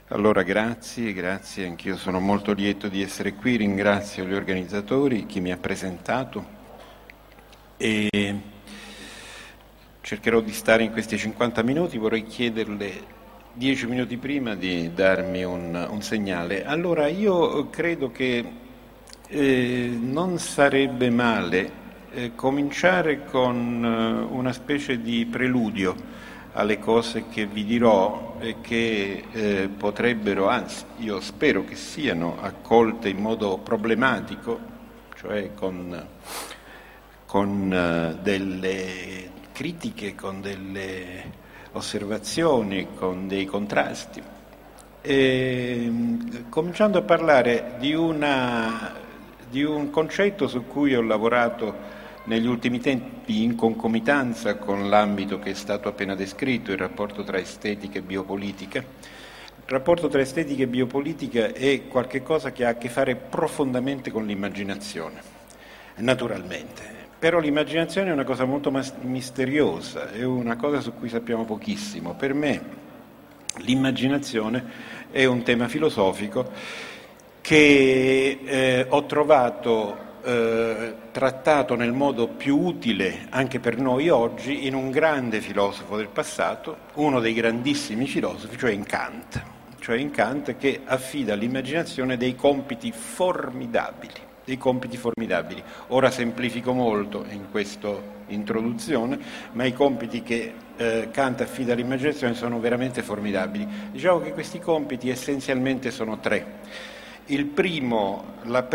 Allora, grazie, anch'io sono molto lieto di essere qui, ringrazio gli organizzatori, chi mi ha presentato e cercherò di stare in questi 50 minuti, vorrei chiederle 10 minuti prima di darmi un segnale. Allora, io credo che non sarebbe male cominciare con una specie di preludio alle cose che vi dirò e che potrebbero, anzi io spero che siano accolte in modo problematico, cioè con delle critiche, con delle osservazioni, con dei contrasti. Cominciando a parlare di un concetto su cui ho lavorato negli ultimi tempi in concomitanza con l'ambito che è stato appena descritto, il rapporto tra estetica e biopolitica. Il rapporto tra estetica e biopolitica è qualcosa che ha a che fare profondamente con l'immaginazione, naturalmente. Però l'immaginazione è una cosa molto misteriosa, è una cosa su cui sappiamo pochissimo. Per me l'immaginazione è un tema filosofico che ho trovato trattato nel modo più utile anche per noi oggi in un grande filosofo del passato, uno dei grandissimi filosofi, cioè in Kant che affida all'immaginazione dei compiti formidabili. Ora semplifico molto in questa introduzione, ma i compiti che Kant affida all'immaginazione sono veramente formidabili. Diciamo che questi compiti essenzialmente sono tre. Il primo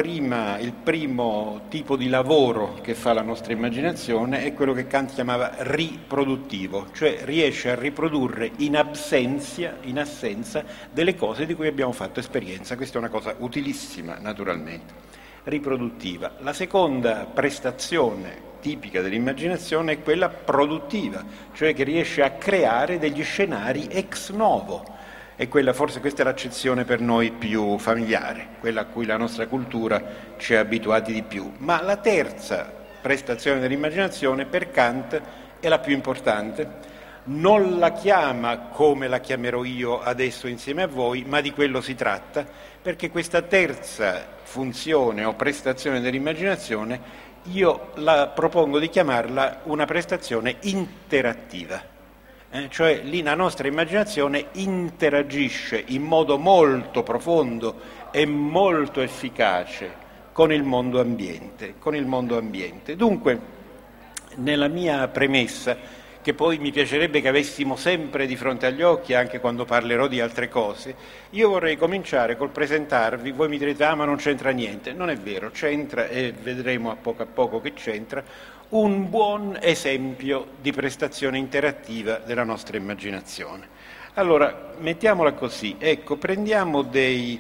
tipo di lavoro che fa la nostra immaginazione è quello che Kant chiamava riproduttivo, cioè riesce a riprodurre in assenza delle cose di cui abbiamo fatto esperienza. Questa è una cosa utilissima, naturalmente, riproduttiva. La seconda prestazione tipica dell'immaginazione è quella produttiva, cioè che riesce a creare degli scenari ex novo. E forse questa è l'accezione per noi più familiare, quella a cui la nostra cultura ci ha abituati di più. Ma la terza prestazione dell'immaginazione per Kant è la più importante. Non la chiama come la chiamerò io adesso insieme a voi, ma di quello si tratta, perché questa terza funzione o prestazione dell'immaginazione io la propongo di chiamarla una prestazione interattiva. Cioè lì la nostra immaginazione interagisce in modo molto profondo e molto efficace con il mondo ambiente. Dunque, nella mia premessa, che poi mi piacerebbe che avessimo sempre di fronte agli occhi anche quando parlerò di altre cose, io vorrei cominciare col presentarvi. Voi mi direte, ma non c'entra niente. Non è vero, c'entra e vedremo a poco che c'entra un buon esempio di prestazione interattiva della nostra immaginazione. Allora, mettiamola così, prendiamo dei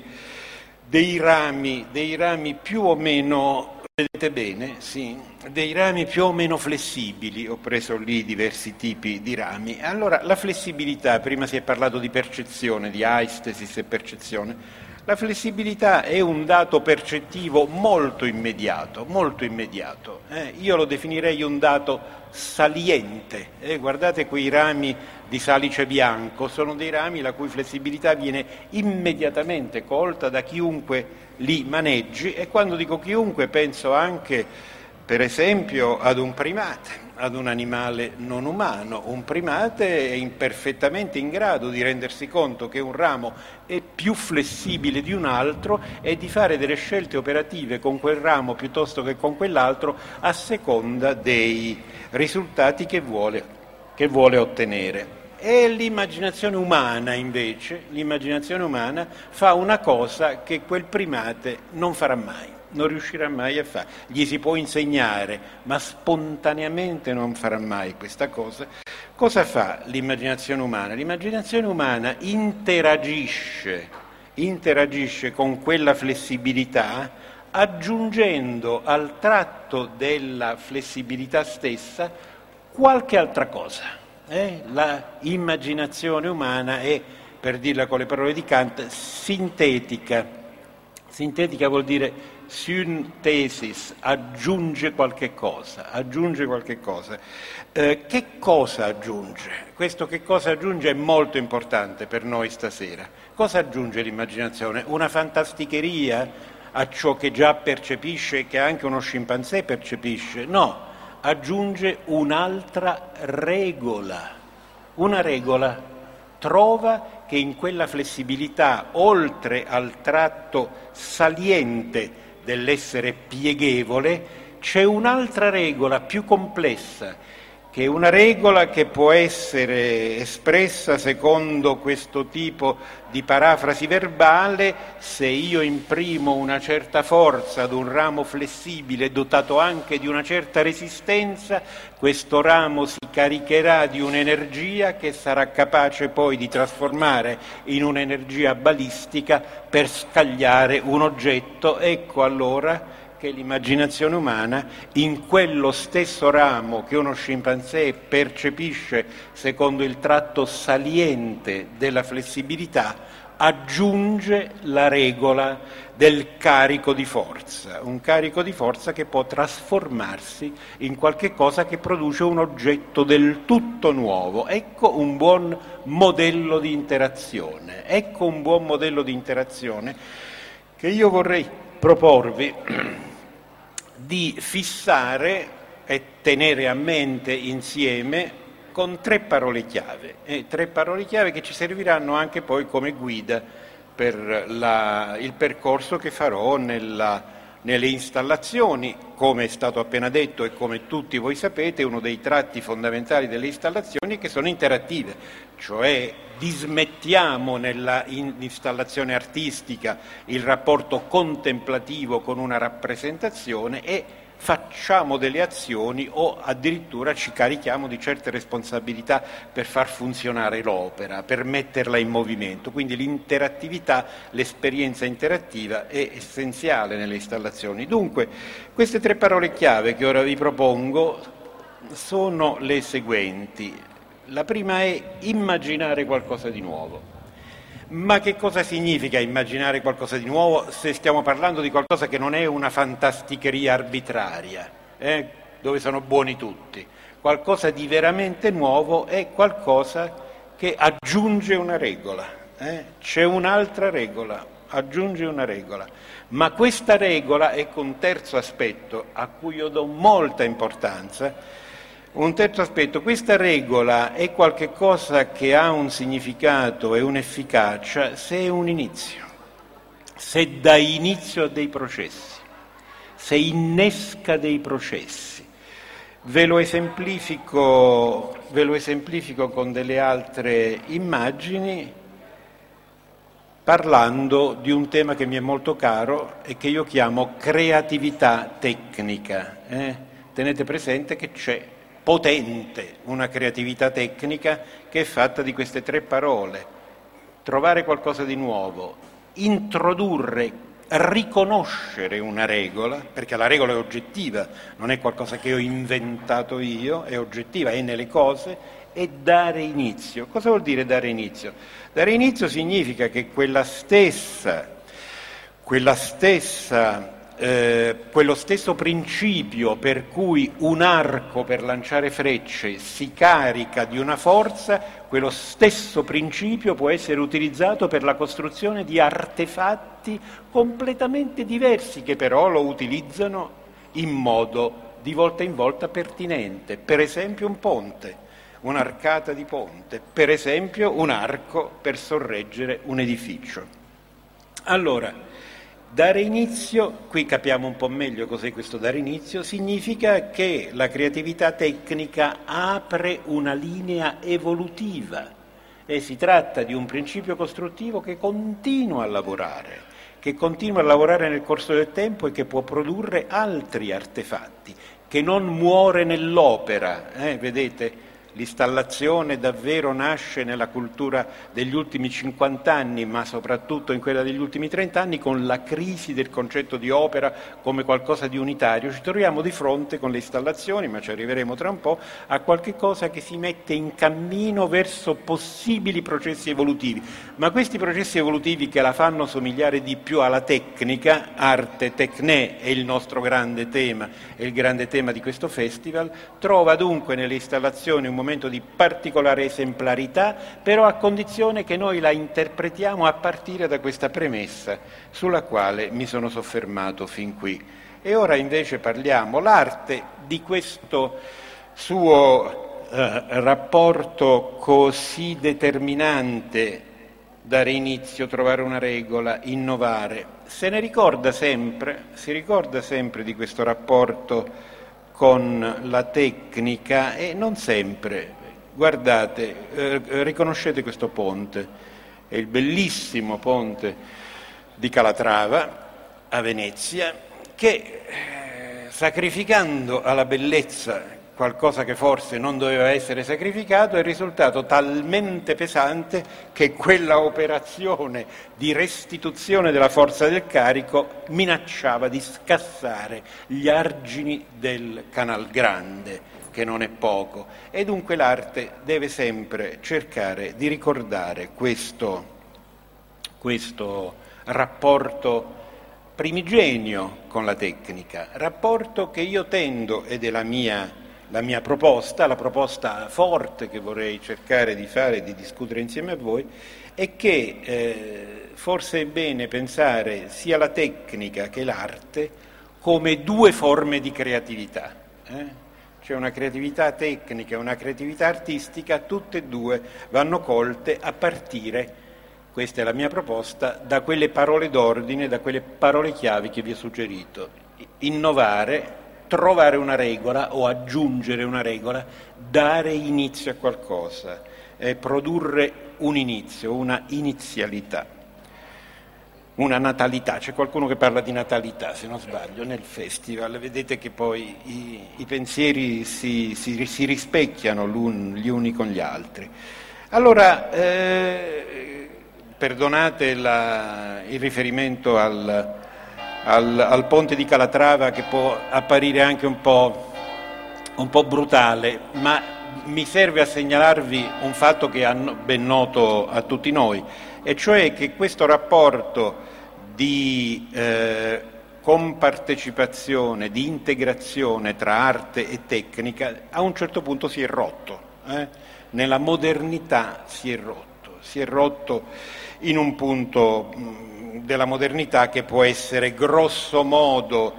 rami più o meno, vedete bene, sì, dei rami più o meno flessibili, ho preso lì diversi tipi di rami. Allora, la flessibilità, prima si è parlato di percezione, di aistesis e percezione. La flessibilità è un dato percettivo molto immediato. Io lo definirei un dato saliente. Guardate quei rami di salice bianco, sono dei rami la cui flessibilità viene immediatamente colta da chiunque li maneggi, e quando dico chiunque penso anche, per esempio, ad un primate, ad un animale non umano. Un primate è perfettamente in grado di rendersi conto che un ramo è più flessibile di un altro e di fare delle scelte operative con quel ramo piuttosto che con quell'altro a seconda dei risultati che vuole ottenere. E l'immaginazione umana, invece, fa una cosa che quel primate non farà mai. Non riuscirà mai a fare. Gli si può insegnare, ma spontaneamente non farà mai questa cosa. Cosa fa l'immaginazione umana? L'immaginazione umana interagisce con quella flessibilità, aggiungendo al tratto della flessibilità stessa qualche altra cosa. La immaginazione umana è, per dirla con le parole di Kant, sintetica. Sintetica vuol dire synthesis, aggiunge qualche cosa, aggiunge qualche cosa. Che cosa aggiunge? Questo che cosa aggiunge è molto importante per noi stasera. Cosa aggiunge l'immaginazione? Una fantasticheria a ciò che già percepisce e che anche uno scimpanzé percepisce? No, aggiunge un'altra regola. Una regola. Trova che in quella flessibilità, oltre al tratto saliente dell'essere pieghevole, c'è un'altra regola più complessa, che è una regola che può essere espressa secondo questo tipo di parafrasi verbale: se io imprimo una certa forza ad un ramo flessibile dotato anche di una certa resistenza, questo ramo si caricherà di un'energia che sarà capace poi di trasformare in un'energia balistica per scagliare un oggetto. Ecco allora che l'immaginazione umana, in quello stesso ramo che uno scimpanzé percepisce secondo il tratto saliente della flessibilità, aggiunge la regola del carico di forza, un carico di forza che può trasformarsi in qualche cosa che produce un oggetto del tutto nuovo. Ecco un buon modello di interazione, ecco un buon modello di interazione che io vorrei proporvi di fissare e tenere a mente insieme con tre parole chiave che ci serviranno anche poi come guida per il percorso che farò nelle installazioni. Come è stato appena detto e come tutti voi sapete, uno dei tratti fondamentali delle installazioni è che sono interattive, cioè dismettiamo nella installazione artistica il rapporto contemplativo con una rappresentazione e facciamo delle azioni o addirittura ci carichiamo di certe responsabilità per far funzionare l'opera, per metterla in movimento. Quindi l'interattività, l'esperienza interattiva è essenziale nelle installazioni. Dunque, queste tre parole chiave che ora vi propongo sono le seguenti. La prima è immaginare qualcosa di nuovo. Ma che cosa significa immaginare qualcosa di nuovo se stiamo parlando di qualcosa che non è una fantasticheria arbitraria, dove sono buoni tutti? Qualcosa di veramente nuovo è qualcosa che aggiunge una regola, c'è un'altra regola, aggiunge una regola. Ma questa regola, ecco un terzo aspetto a cui io do molta importanza. Un terzo aspetto, questa regola è qualche cosa che ha un significato e un'efficacia se è un inizio, se dà inizio a dei processi, se innesca dei processi. Ve lo esemplifico con delle altre immagini, parlando di un tema che mi è molto caro e che io chiamo creatività tecnica. Tenete presente che c'è potente una creatività tecnica che è fatta di queste tre parole: trovare qualcosa di nuovo, introdurre, riconoscere una regola, perché la regola è oggettiva, non è qualcosa che ho inventato io, è oggettiva, è nelle cose, e dare inizio. Cosa vuol dire dare inizio? Dare inizio significa che quello stesso principio per cui un arco per lanciare frecce si carica di una forza, quello stesso principio può essere utilizzato per la costruzione di artefatti completamente diversi, che però lo utilizzano in modo di volta in volta pertinente. Per esempio un ponte, un'arcata di ponte, per esempio un arco per sorreggere un edificio. Allora, dare inizio, qui capiamo un po' meglio cos'è questo dare inizio, significa che la creatività tecnica apre una linea evolutiva e si tratta di un principio costruttivo che continua a lavorare nel corso del tempo e che può produrre altri artefatti, che non muore nell'opera. Vedete, l'installazione davvero nasce nella cultura degli ultimi 50 anni, ma soprattutto in quella degli ultimi 30 anni, con la crisi del concetto di opera come qualcosa di unitario. Ci troviamo di fronte con le installazioni, ma ci arriveremo tra un po', a qualche cosa che si mette in cammino verso possibili processi evolutivi. Ma questi processi evolutivi che la fanno somigliare di più alla tecnica, arte, tecné è il nostro grande tema, è il grande tema di questo festival, trova dunque nelle installazioni un momento di particolare esemplarità, però a condizione che noi la interpretiamo a partire da questa premessa sulla quale mi sono soffermato fin qui. E ora invece parliamo l'arte di questo suo rapporto così determinante: dare inizio, trovare una regola, innovare. Si ricorda sempre di questo rapporto con la tecnica, e non sempre. Guardate, riconoscete questo ponte, è il bellissimo ponte di Calatrava a Venezia, che sacrificando alla bellezza qualcosa che forse non doveva essere sacrificato, è risultato talmente pesante che quella operazione di restituzione della forza del carico minacciava di scassare gli argini del Canal Grande, che non è poco. E dunque l'arte deve sempre cercare di ricordare questo rapporto primigenio con la tecnica, rapporto che io tendo, ed è la mia proposta, la proposta forte che vorrei cercare di fare e di discutere insieme a voi, è che forse è bene pensare sia la tecnica che l'arte come due forme di creatività. C'è una creatività tecnica e una creatività artistica, tutte e due vanno colte a partire, questa è la mia proposta, da quelle parole d'ordine, da quelle parole chiavi che vi ho suggerito: innovare, trovare una regola o aggiungere una regola, dare inizio a qualcosa, produrre un inizio, una inizialità, una natalità. C'è qualcuno che parla di natalità, se non sbaglio, nel festival. Vedete che poi i pensieri si rispecchiano gli uni con gli altri. Allora, perdonate il riferimento al ponte di Calatrava, che può apparire anche un po' brutale, ma mi serve a segnalarvi un fatto che è ben noto a tutti noi, e cioè che questo rapporto di compartecipazione, di integrazione tra arte e tecnica a un certo punto si è rotto. Nella modernità si è rotto in un punto della modernità che può essere grosso modo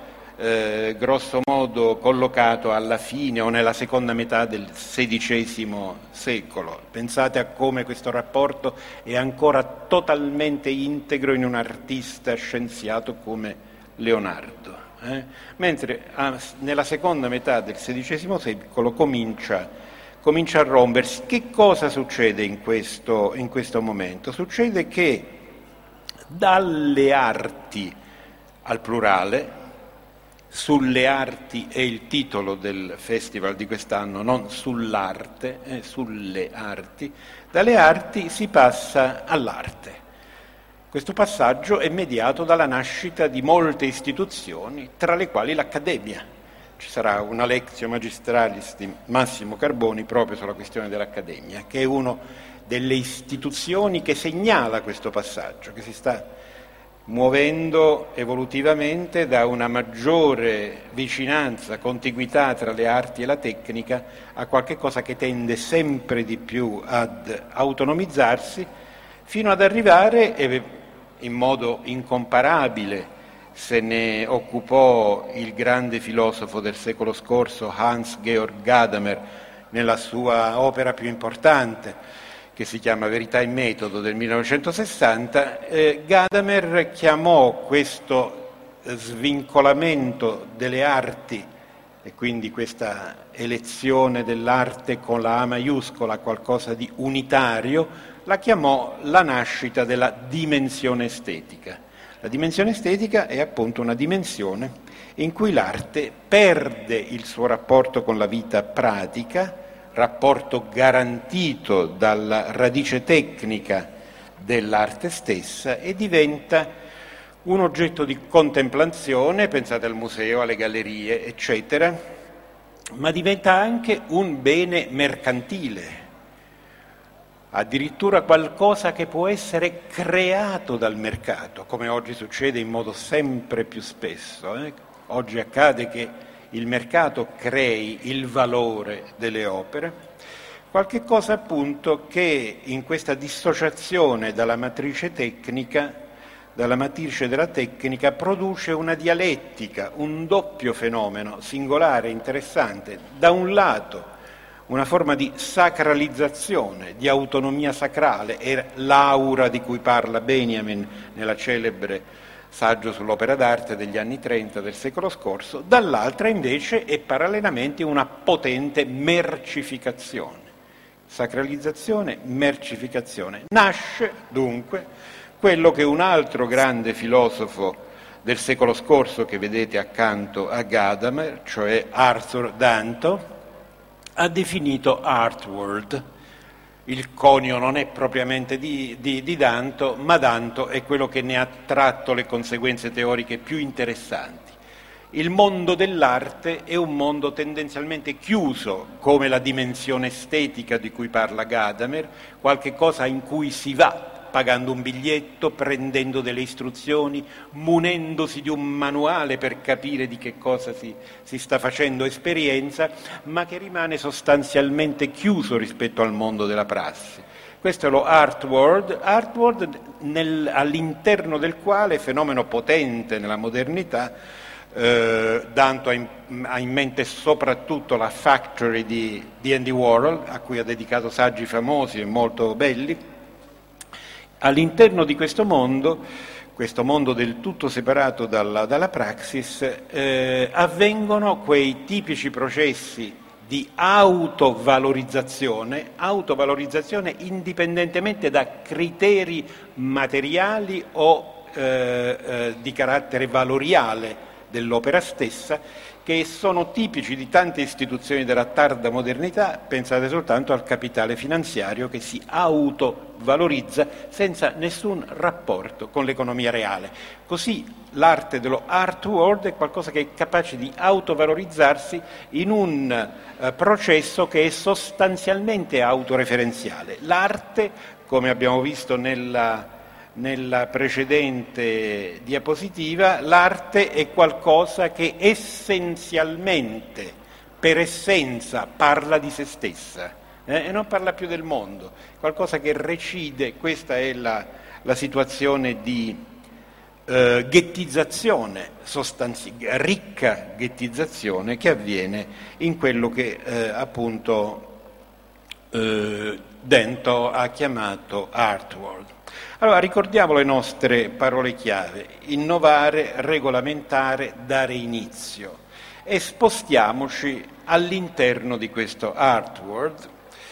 collocato alla fine o nella seconda metà del XVI secolo. Pensate a come questo rapporto è ancora totalmente integro in un artista scienziato come Leonardo. Mentre nella seconda metà del XVI secolo comincia a rompersi. Che cosa succede in questo momento? Succede che dalle arti al plurale, sulle arti è il titolo del festival di quest'anno, non sull'arte, sulle arti, dalle arti si passa all'arte. Questo passaggio è mediato dalla nascita di molte istituzioni, tra le quali l'Accademia. Ci sarà una lectio magistralis di Massimo Carboni proprio sulla questione dell'Accademia, che è una delle istituzioni che segnala questo passaggio, che si sta muovendo evolutivamente da una maggiore vicinanza, contiguità tra le arti e la tecnica a qualche cosa che tende sempre di più ad autonomizzarsi, fino ad arrivare, in modo incomparabile, se ne occupò il grande filosofo del secolo scorso Hans-Georg Gadamer nella sua opera più importante, che si chiama Verità e Metodo del 1960. Gadamer chiamò questo svincolamento delle arti, e quindi questa elezione dell'arte con la A maiuscola, qualcosa di unitario, la chiamò la nascita della dimensione estetica. La dimensione estetica è appunto una dimensione in cui l'arte perde il suo rapporto con la vita pratica, rapporto garantito dalla radice tecnica dell'arte stessa e diventa un oggetto di contemplazione, pensate al museo, alle gallerie, eccetera, ma diventa anche un bene mercantile, addirittura qualcosa che può essere creato dal mercato, come oggi succede in modo sempre più spesso. Oggi accade che il mercato crei il valore delle opere, qualche cosa appunto che in questa dissociazione dalla matrice tecnica, dalla matrice della tecnica, produce una dialettica, un doppio fenomeno singolare, interessante. Da un lato una forma di sacralizzazione, di autonomia sacrale, è l'aura di cui parla Benjamin nella celebre saggio sull'opera d'arte degli anni 30 del secolo scorso, dall'altra invece è parallelamente una potente mercificazione. Sacralizzazione, mercificazione. Nasce dunque quello che un altro grande filosofo del secolo scorso che vedete accanto a Gadamer, cioè Arthur Danto, ha definito art world. Il conio non è propriamente di Danto, ma Danto è quello che ne ha tratto le conseguenze teoriche più interessanti. Il mondo dell'arte è un mondo tendenzialmente chiuso, come la dimensione estetica di cui parla Gadamer, qualche cosa in cui si va pagando un biglietto, prendendo delle istruzioni, munendosi di un manuale per capire di che cosa si sta facendo esperienza, ma che rimane sostanzialmente chiuso rispetto al mondo della prassi. Questo è lo art world all'interno del quale, fenomeno potente nella modernità, Danto ha in mente soprattutto la Factory di Andy Warhol, a cui ha dedicato saggi famosi e molto belli. All'interno di questo mondo del tutto separato dalla praxis, avvengono quei tipici processi di autovalorizzazione indipendentemente da criteri materiali o di carattere valoriale dell'opera stessa, che sono tipici di tante istituzioni della tarda modernità. Pensate soltanto al capitale finanziario che si autovalorizza senza nessun rapporto con l'economia reale. Così l'arte dello art world è qualcosa che è capace di autovalorizzarsi in un processo che è sostanzialmente autoreferenziale. L'arte, come abbiamo visto nella precedente diapositiva, l'arte è qualcosa che essenzialmente, per essenza, parla di se stessa e non parla più del mondo, qualcosa che recide. Questa è la situazione di ghettizzazione, ricca ghettizzazione che avviene in quello che appunto Danto ha chiamato art world. Allora, ricordiamo le nostre parole chiave: innovare, regolamentare, dare inizio, e spostiamoci all'interno di questo art world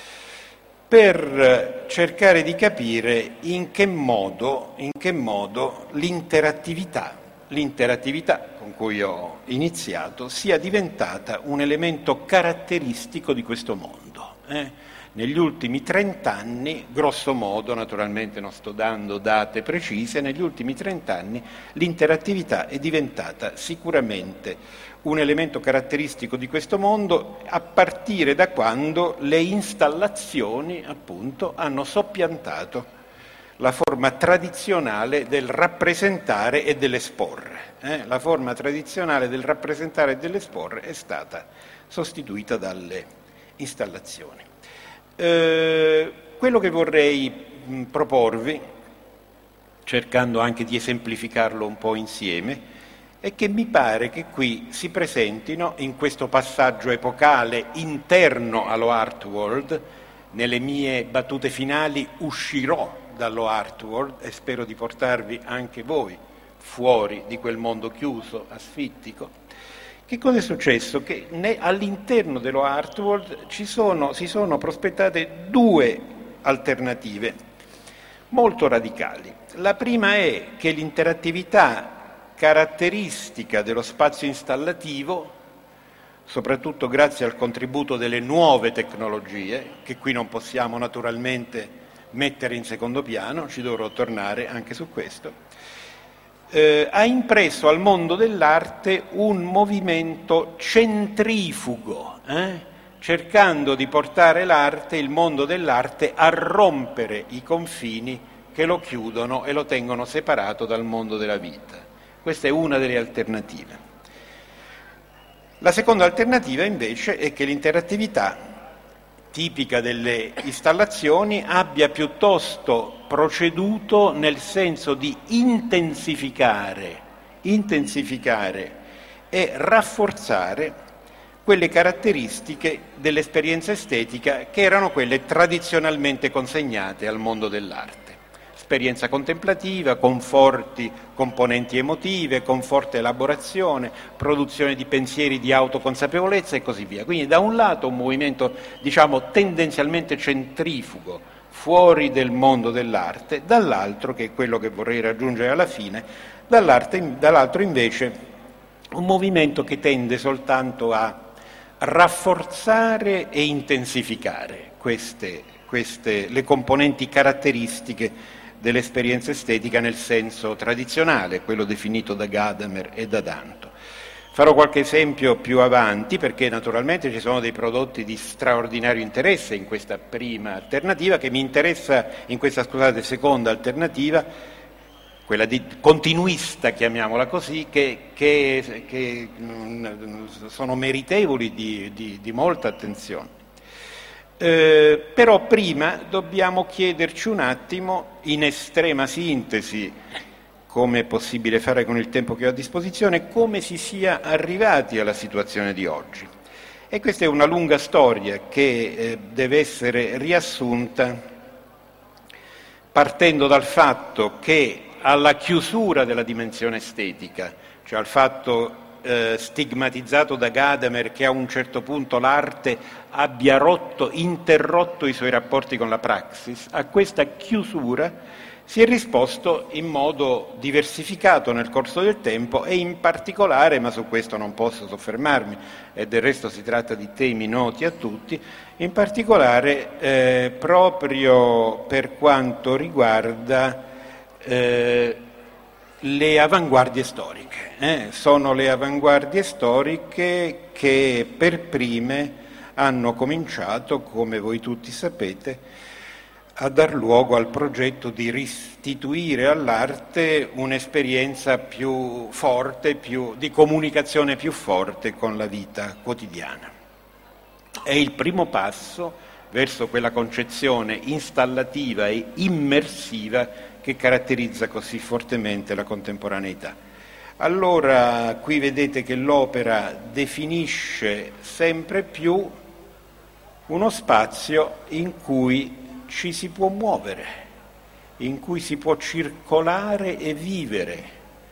per cercare di capire in che modo l'interattività con cui ho iniziato sia diventata un elemento caratteristico di questo mondo. Negli ultimi 30 anni, grosso modo, naturalmente non sto dando date precise, negli ultimi 30 anni l'interattività è diventata sicuramente un elemento caratteristico di questo mondo, a partire da quando le installazioni, appunto, hanno soppiantato la forma tradizionale del rappresentare e dell'esporre. La forma tradizionale del rappresentare e dell'esporre è stata sostituita dalle installazioni. Quello che vorrei proporvi, cercando anche di esemplificarlo un po' insieme, è che mi pare che qui si presentino, in questo passaggio epocale interno allo art world, nelle mie battute finali uscirò dallo art world e spero di portarvi anche voi fuori di quel mondo chiuso, asfittico. Che cosa è successo? Che all'interno dello art world si sono prospettate due alternative molto radicali. La prima è che l'interattività caratteristica dello spazio installativo soprattutto grazie al contributo delle nuove tecnologie, che qui non possiamo naturalmente mettere in secondo piano, ci dovrò tornare anche su questo, ha impresso al mondo dell'arte un movimento centrifugo, cercando di portare l'arte, il mondo dell'arte, a rompere i confini che lo chiudono e lo tengono separato dal mondo della vita. Questa è una delle alternative. La seconda alternativa invece è che l'interattività tipica delle installazioni abbia piuttosto proceduto nel senso di intensificare e rafforzare quelle caratteristiche dell'esperienza estetica che erano quelle tradizionalmente consegnate al mondo dell'arte. Esperienza contemplativa, con forti componenti emotive, con forte elaborazione, produzione di pensieri di autoconsapevolezza e così via. Quindi da un lato un movimento, diciamo, tendenzialmente centrifugo, fuori del mondo dell'arte, dall'altro, che è quello che vorrei raggiungere alla fine, dall'altro invece un movimento che tende soltanto a rafforzare e intensificare le componenti caratteristiche dell'esperienza estetica nel senso tradizionale, quello definito da Gadamer e da Danto. Farò qualche esempio più avanti, perché naturalmente ci sono dei prodotti di straordinario interesse in questa prima alternativa, che mi interessa in questa, seconda alternativa, quella di continuista, chiamiamola così, che sono meritevoli di molta attenzione. Però prima dobbiamo chiederci un attimo, in estrema sintesi, come è possibile fare con il tempo che ho a disposizione, come si sia arrivati alla situazione di oggi. E questa è una lunga storia che deve essere riassunta partendo dal fatto che alla chiusura della dimensione estetica, cioè al fatto stigmatizzato da Gadamer che a un certo punto l'arte abbia interrotto i suoi rapporti con la praxis, a questa chiusura si è risposto in modo diversificato nel corso del tempo e in particolare, ma su questo non posso soffermarmi e del resto si tratta di temi noti a tutti, in particolare proprio per quanto riguarda le avanguardie storiche. Sono le avanguardie storiche che per prime hanno cominciato, come voi tutti sapete, a dar luogo al progetto di restituire all'arte un'esperienza più forte, di comunicazione più forte con la vita quotidiana. È il primo passo verso quella concezione installativa e immersiva che caratterizza così fortemente la contemporaneità. Allora, qui vedete che l'opera definisce sempre più uno spazio in cui ci si può muovere, in cui si può circolare e vivere.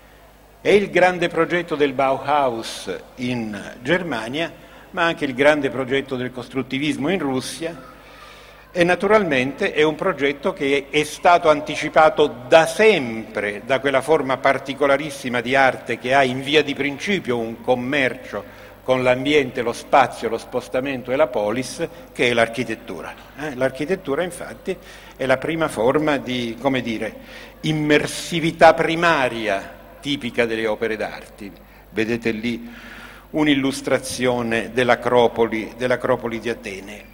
È il grande progetto del Bauhaus in Germania, ma anche il grande progetto del costruttivismo in Russia, e naturalmente è un progetto che è stato anticipato da sempre da quella forma particolarissima di arte che ha in via di principio un commercio con l'ambiente, lo spazio, lo spostamento e la polis, che è l'architettura. L'architettura infatti è la prima forma di, come dire, immersività primaria tipica delle opere d'arte. Vedete lì un'illustrazione dell'Acropoli di Atene.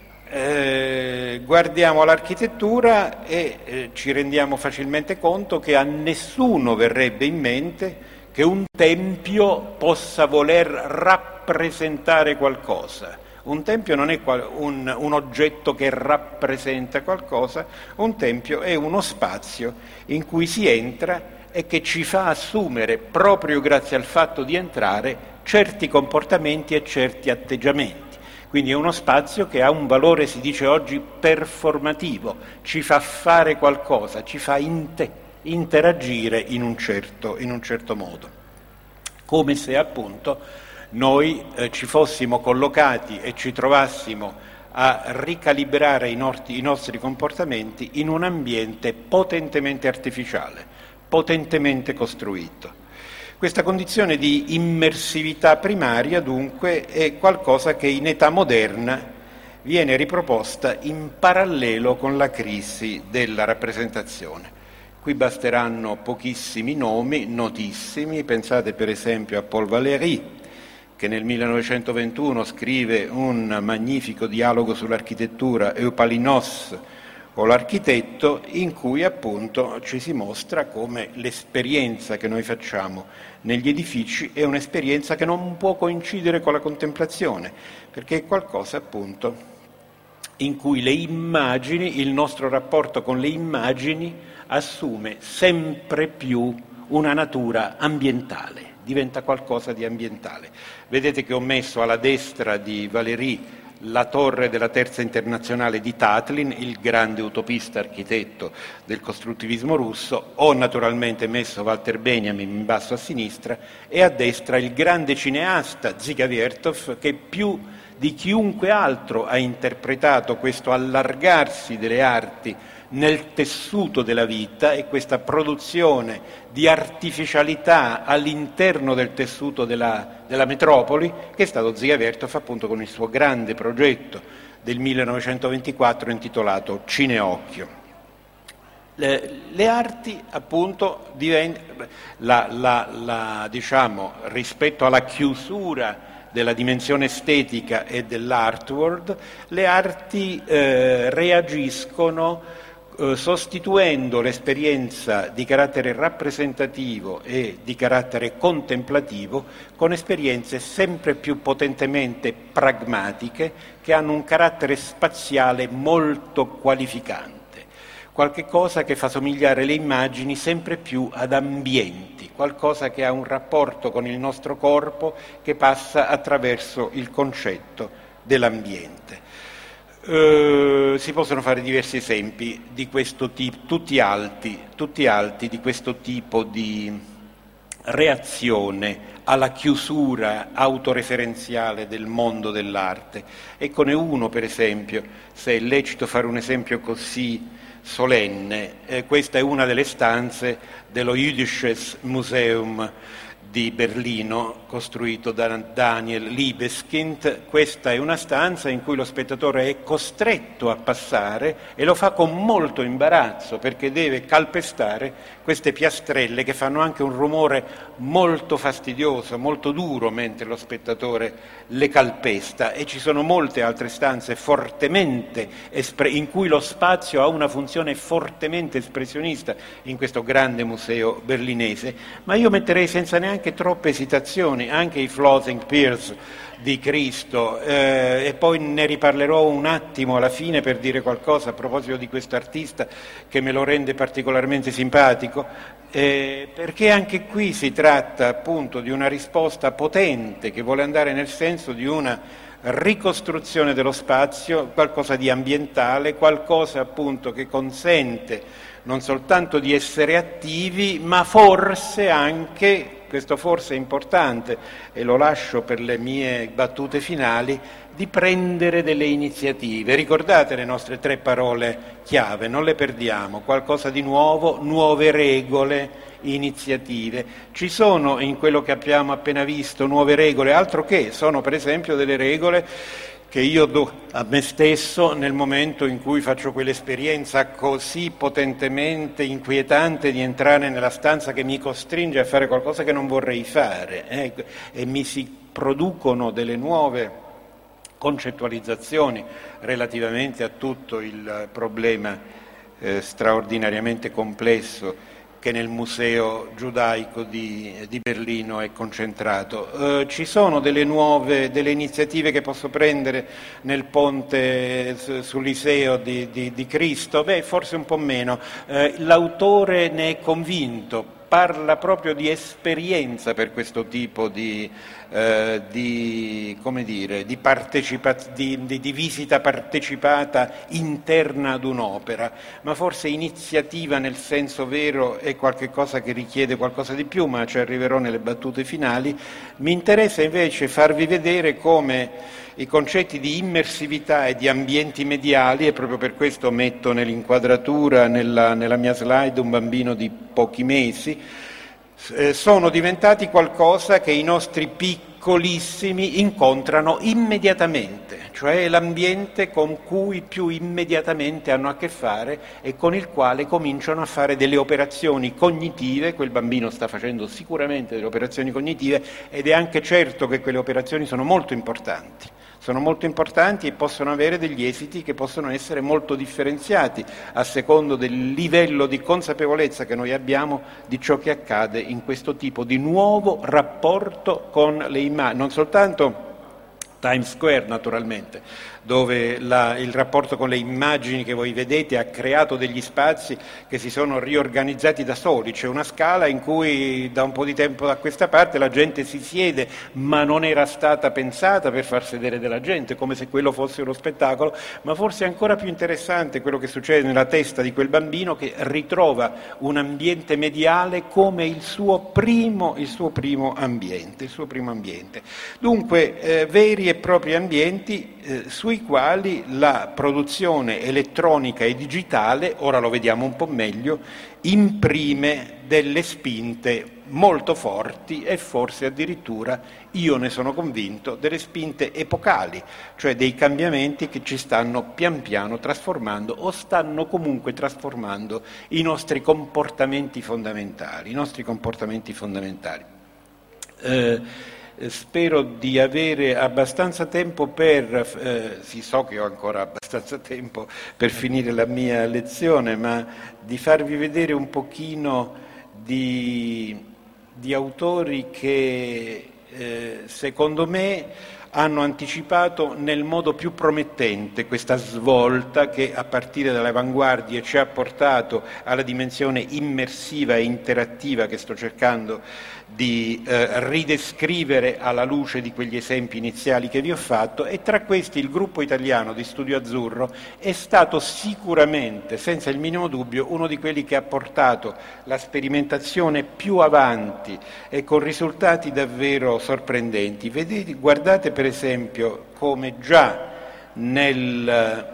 Guardiamo l'architettura e ci rendiamo facilmente conto che a nessuno verrebbe in mente che un tempio possa voler rappresentare qualcosa. Un tempio non è un oggetto che rappresenta qualcosa, un tempio è uno spazio in cui si entra e che ci fa assumere, proprio grazie al fatto di entrare, certi comportamenti e certi atteggiamenti. Quindi è uno spazio che ha un valore, si dice oggi, performativo, ci fa fare qualcosa, ci fa interagire in un certo modo, come se appunto noi ci fossimo collocati e ci trovassimo a ricalibrare i nostri comportamenti in un ambiente potentemente artificiale, potentemente costruito. Questa condizione di immersività primaria, dunque, è qualcosa che in età moderna viene riproposta in parallelo con la crisi della rappresentazione. Qui basteranno pochissimi nomi, notissimi, pensate per esempio a Paul Valéry, che nel 1921 scrive un magnifico dialogo sull'architettura, Eupalinos o l'architetto, in cui appunto ci si mostra come l'esperienza che noi facciamo negli edifici è un'esperienza che non può coincidere con la contemplazione, perché è qualcosa appunto in cui le immagini, il nostro rapporto con le immagini assume sempre più una natura ambientale, diventa qualcosa di ambientale. Vedete che ho messo alla destra di Valéry la torre della Terza Internazionale di Tatlin, il grande utopista architetto del costruttivismo russo. Ho naturalmente messo Walter Benjamin in basso a sinistra e a destra il grande cineasta Dziga Vertov, che più di chiunque altro ha interpretato questo allargarsi delle arti nel tessuto della vita e questa produzione di artificialità all'interno del tessuto della metropoli, che è stato Dziga Vertov appunto con il suo grande progetto del 1924 intitolato Cineocchio. Le arti appunto diciamo, rispetto alla chiusura della dimensione estetica e dell'art world, le arti reagiscono sostituendo l'esperienza di carattere rappresentativo e di carattere contemplativo con esperienze sempre più potentemente pragmatiche che hanno un carattere spaziale molto qualificante, qualche cosa che fa somigliare le immagini sempre più ad ambienti, qualcosa che ha un rapporto con il nostro corpo che passa attraverso il concetto dell'ambiente. Si possono fare diversi esempi di questo tipo, tutti alti di questo tipo di reazione alla chiusura autoreferenziale del mondo dell'arte. Eccone uno, per esempio, se è lecito fare un esempio così solenne, questa è una delle stanze dello Jüdisches Museum di Berlino, costruito da Daniel Libeskind. Questa è una stanza in cui lo spettatore è costretto a passare e lo fa con molto imbarazzo, perché deve calpestare queste piastrelle che fanno anche un rumore molto fastidioso, molto duro mentre lo spettatore le calpesta, e ci sono molte altre stanze fortemente in cui lo spazio ha una funzione fortemente espressionista in questo grande museo berlinese. Ma io metterei senza neanche troppe esitazioni anche i Floating Piers di Cristo, e poi ne riparlerò un attimo alla fine per dire qualcosa a proposito di questo artista che me lo rende particolarmente simpatico, perché anche qui si tratta appunto di una risposta potente che vuole andare nel senso di una ricostruzione dello spazio, qualcosa di ambientale, qualcosa appunto che consente non soltanto di essere attivi, ma forse anche, questo forse è importante e lo lascio per le mie battute finali, di prendere delle iniziative. Ricordate le nostre 3 parole chiave, non le perdiamo: qualcosa di nuovo, nuove regole, iniziative. Ci sono in quello che abbiamo appena visto nuove regole, altro che, sono per esempio delle regole che io do a me stesso nel momento in cui faccio quell'esperienza così potentemente inquietante di entrare nella stanza che mi costringe a fare qualcosa che non vorrei fare, e mi si producono delle nuove concettualizzazioni relativamente a tutto il problema straordinariamente complesso che nel Museo giudaico di Berlino è concentrato. Ci sono delle iniziative che posso prendere nel ponte sull'Iseo di Cristo? Forse un po' meno. L'autore ne è convinto, parla proprio di esperienza per questo tipo di visita partecipata interna ad un'opera, ma forse iniziativa nel senso vero è qualche cosa che richiede qualcosa di più, ma ci arriverò nelle battute finali. Mi interessa invece farvi vedere come i concetti di immersività e di ambienti mediali, e proprio per questo metto nell'inquadratura, nella mia slide, un bambino di pochi mesi, sono diventati qualcosa che i nostri piccolissimi incontrano immediatamente, cioè l'ambiente con cui più immediatamente hanno a che fare e con il quale cominciano a fare delle operazioni cognitive. Quel bambino sta facendo sicuramente delle operazioni cognitive ed è anche certo che quelle operazioni sono molto importanti e possono avere degli esiti che possono essere molto differenziati a secondo del livello di consapevolezza che noi abbiamo di ciò che accade in questo tipo di nuovo rapporto con le immagini, non soltanto Times Square naturalmente, dove il rapporto con le immagini che voi vedete ha creato degli spazi che si sono riorganizzati da soli. C'è una scala in cui da un po' di tempo da questa parte la gente si siede, ma non era stata pensata per far sedere della gente, come se quello fosse uno spettacolo, ma forse è ancora più interessante quello che succede nella testa di quel bambino che ritrova un ambiente mediale come il suo primo ambiente. Dunque, veri e propri ambienti sui quali la produzione elettronica e digitale, ora lo vediamo un po' meglio, imprime delle spinte molto forti e forse addirittura, io ne sono convinto, delle spinte epocali, cioè dei cambiamenti che ci stanno pian piano trasformando o stanno comunque trasformando i nostri comportamenti fondamentali. Spero di avere abbastanza tempo so che ho ancora abbastanza tempo per finire la mia lezione, ma di farvi vedere un pochino di autori che secondo me hanno anticipato nel modo più promettente questa svolta che a partire dalle avanguardie ci ha portato alla dimensione immersiva e interattiva che sto cercando di ridescrivere alla luce di quegli esempi iniziali che vi ho fatto, e tra questi il gruppo italiano di Studio Azzurro è stato sicuramente, senza il minimo dubbio, uno di quelli che ha portato la sperimentazione più avanti e con risultati davvero sorprendenti. Guardate per esempio come già nel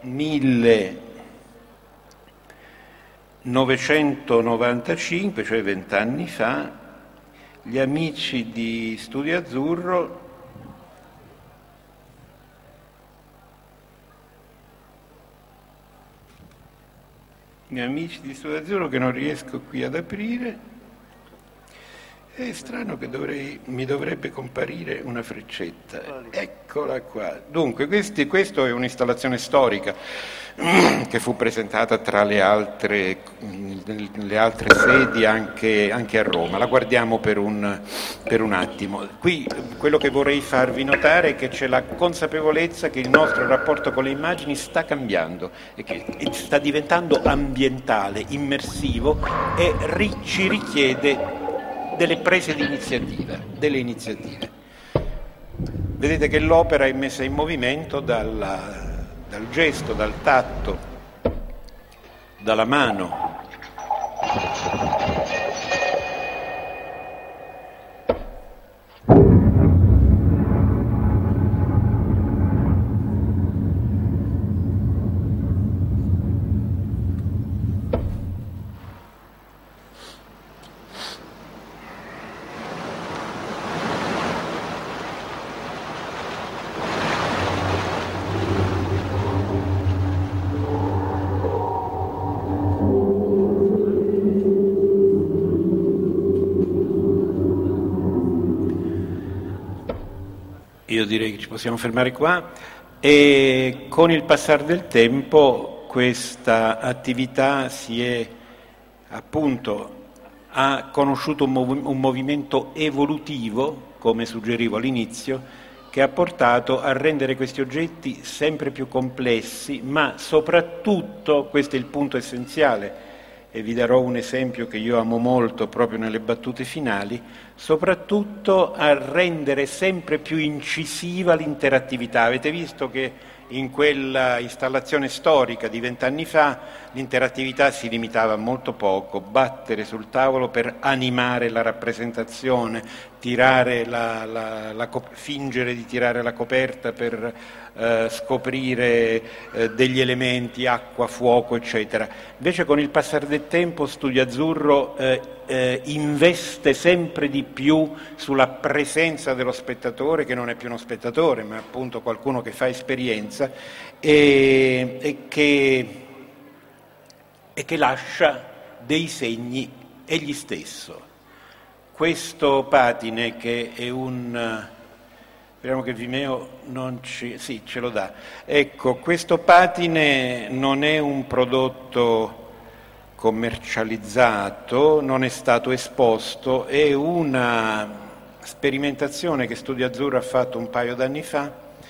1995, cioè 20 anni fa, gli amici di Studio Azzurro che non riesco qui ad aprire. È strano che mi dovrebbe comparire una freccetta. Eccola qua. Dunque, questo è un'installazione storica che fu presentata tra le altre sedi anche a Roma. La guardiamo per un attimo. Qui quello che vorrei farvi notare è che c'è la consapevolezza che il nostro rapporto con le immagini sta cambiando e che sta diventando ambientale, immersivo e ci richiede delle prese di iniziativa, delle iniziative. Vedete che l'opera è messa in movimento dal gesto, dal tatto, dalla mano. Io direi che ci possiamo fermare qua, e con il passare del tempo questa attività ha conosciuto un movimento evolutivo, come suggerivo all'inizio, che ha portato a rendere questi oggetti sempre più complessi, ma soprattutto, questo è il punto essenziale, e vi darò un esempio che io amo molto proprio nelle battute finali, soprattutto a rendere sempre più incisiva l'interattività. Avete visto che in quella installazione storica di 20 anni fa l'interattività si limitava a molto poco: battere sul tavolo per animare la rappresentazione, fingere di tirare la coperta per scoprire degli elementi, acqua, fuoco, eccetera. Invece con il passare del tempo Studio Azzurro investe sempre di più sulla presenza dello spettatore, che non è più uno spettatore, ma appunto qualcuno che fa esperienza e che lascia dei segni egli stesso. Questo patine, che è speriamo che Vimeo sì, ce lo dà. Ecco, questo patine non è un prodotto commercializzato, non è stato esposto, è una sperimentazione che Studio Azzurro ha fatto un paio d'anni fa,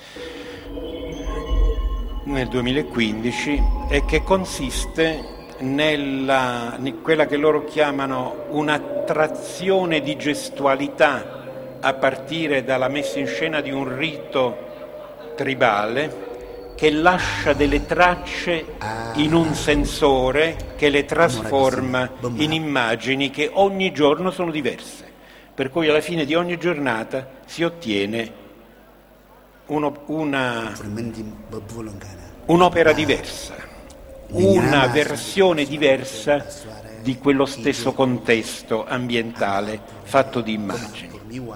nel 2015, e che consiste in quella che loro chiamano un'attrazione di gestualità a partire dalla messa in scena di un rito tribale che lascia delle tracce in un sensore che le trasforma in immagini che ogni giorno sono diverse, per cui alla fine di ogni giornata si ottiene un'opera diversa, una versione diversa di quello stesso contesto ambientale fatto di immagini.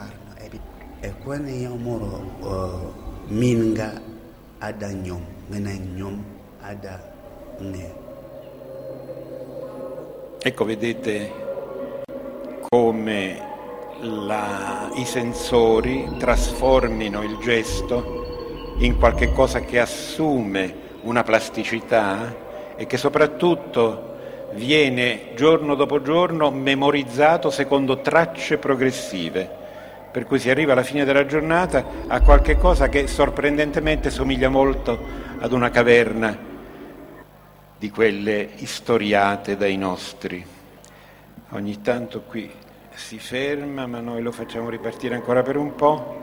Ecco, vedete come i sensori trasformino il gesto in qualche cosa che assume una plasticità e che soprattutto viene giorno dopo giorno memorizzato secondo tracce progressive, per cui si arriva alla fine della giornata a qualche cosa che sorprendentemente somiglia molto ad una caverna di quelle istoriate dai nostri. Ogni tanto qui si ferma, ma noi lo facciamo ripartire ancora per un po'.